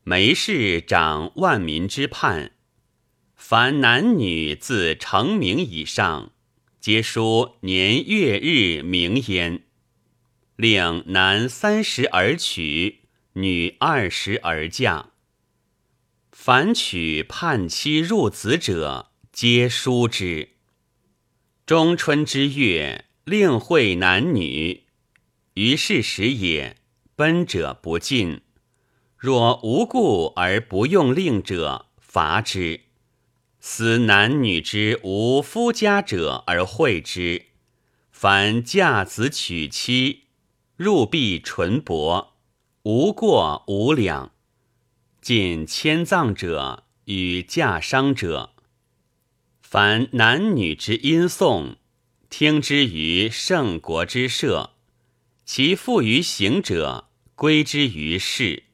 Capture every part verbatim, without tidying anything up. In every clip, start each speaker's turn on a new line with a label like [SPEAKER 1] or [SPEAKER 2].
[SPEAKER 1] 梅氏掌万民之判，凡男女自成名以上，皆书年月日名焉。令男三十而娶，女二十而嫁。凡娶叛妻入子者，皆书之。中春之月，令会男女，于是时也，奔者不进。若无故而不用令者，罚之。思男女之无夫家者而会之。凡嫁子娶妻，入必纯薄，无过无两。尽迁葬者与嫁伤者，凡男女之音颂，听之于圣国之社，其附于行者，归之于世。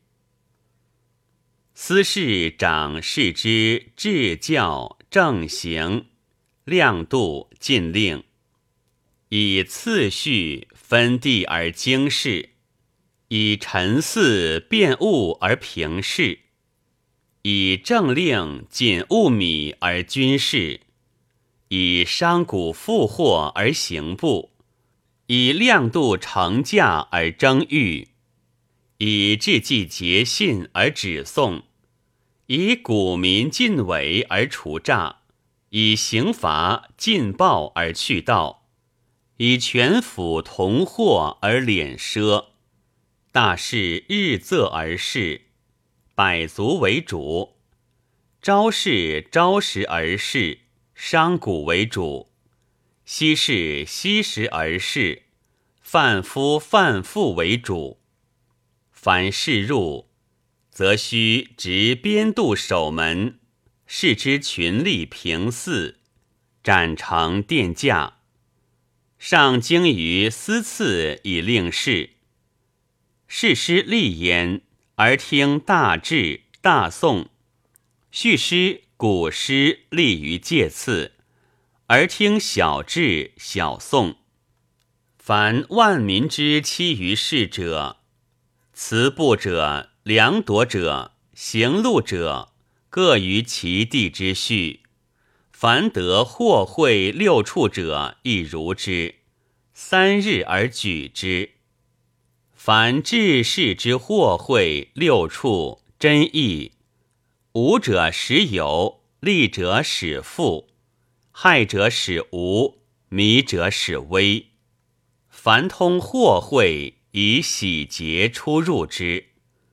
[SPEAKER 1] 司事长事之治教正行，量度禁令，以次序分地而经世，以陈祀辨物而平事，以政令禁物米而均事，以商贾富货而行布，以量度成价而征谕，以治纪节信而止讼，以古民尽伪而除诈，以刑罚尽暴而去盗，以权辅同祸而敛奢，大事日仄而事，百族为主；朝事朝时而事，商贾为主；夕事夕时而事，贩夫贩妇为主。凡事入，则须执边度守门，视之群吏平肆，斩成殿驾。上经于司次以令事，事师立焉，而听大制大颂；叙师古诗立于介次，而听小制小颂。凡万民之期于事者，辞布者、量夺者、行路者，各于其地之序。凡得获会六处者，亦如之，三日而举之。凡治世之获会六处真义，无者使有，利者使富，害者使无，迷者使微。凡通获会，以喜节出入之。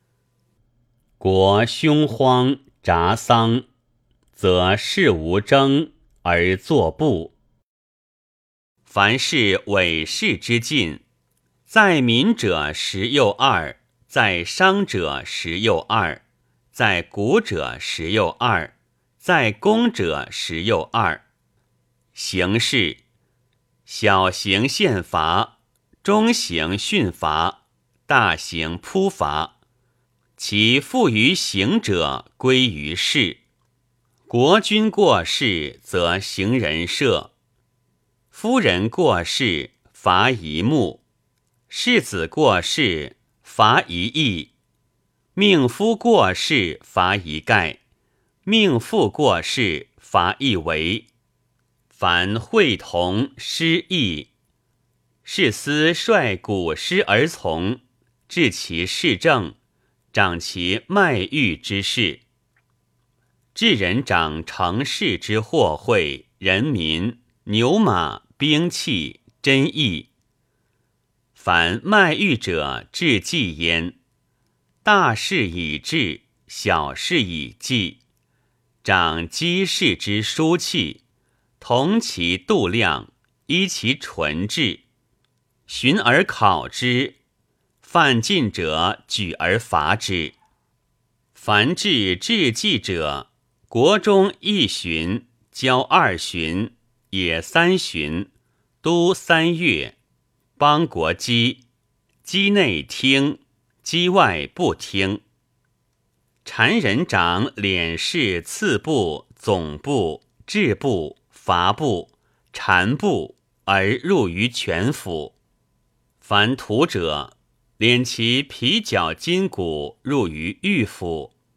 [SPEAKER 1] 国凶荒札丧，则事无争而作不。凡是伪士之禁，在民者十有二，在商者十有二，在古者十有二，在公者十有二。刑事，小刑宪罚，中刑训罚，大刑扑罚。其附于刑者，归于世。国君过世，则行人赦；夫人过世，罚一目；世子过世，罚一役；命夫过世，罚一盖；命妇过世，罚一围。凡会同失义，士司率古师而从，治其事政，掌其卖玉之事。治人掌成事之货会、人民、牛马、兵器、真义。凡卖玉者，治纪焉。大事以治，小事以纪。掌积事之书器，同其度量，依其纯质，循而考之。犯禁者，举而罚之。凡治治纪者，国中一旬，郊二旬，野三旬，都三月，邦国畿，畿内听，畿外不听。谗人长敛士次部、总部、制部、罚部、谗部，而入于全府。凡徒者，敛其皮角筋骨入于狱府，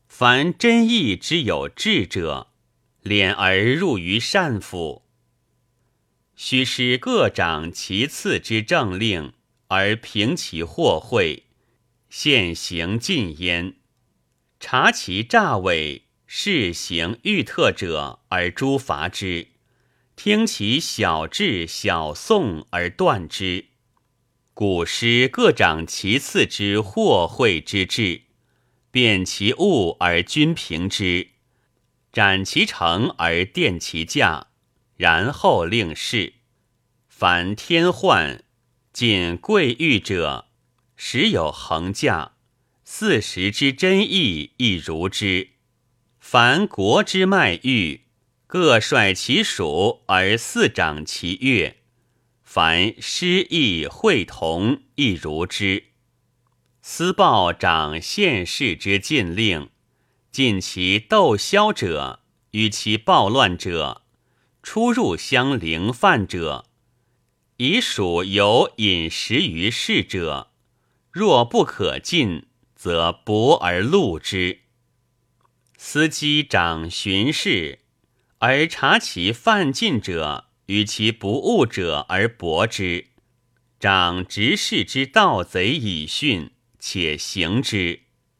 [SPEAKER 1] 凡真义之有志者，敛而入于善府。须使各掌其次之政令，而平其祸秽，现行禁焉。察其诈伪，事行欲特者而诛伐之，听其小智小讼而断之。古师各掌其次之祸秽之志，辨其物而均平之，斩其成而奠其价，然后令事。凡天患，尽贵欲者，时有恒价，四时之真义亦如之。凡国之卖欲，各率其属而四掌其乐，凡诗意会同亦如之。司报掌县事之禁令，尽其斗枭者，与其暴乱者，出入乡陵犯者，以属有饮食于市者，若不可禁，则薄而戮之。司机掌巡视，而察其犯禁者，与其不务者而薄之。掌执事之盗贼以训，且行之。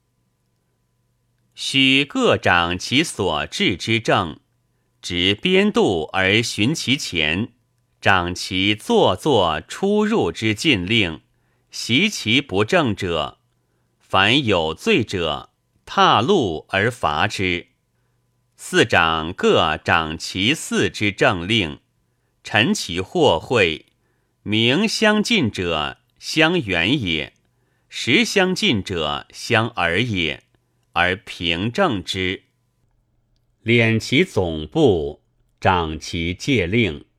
[SPEAKER 1] 须各掌其所治之政，执边度而循其前，掌其做作出入之禁令，袭其不正者，凡有罪者，踏路而罚之。四掌各掌其四之政令，陈其祸秽，名相近者相远也，实相近者相迩也，而平正之。敛其总部，掌其戒令，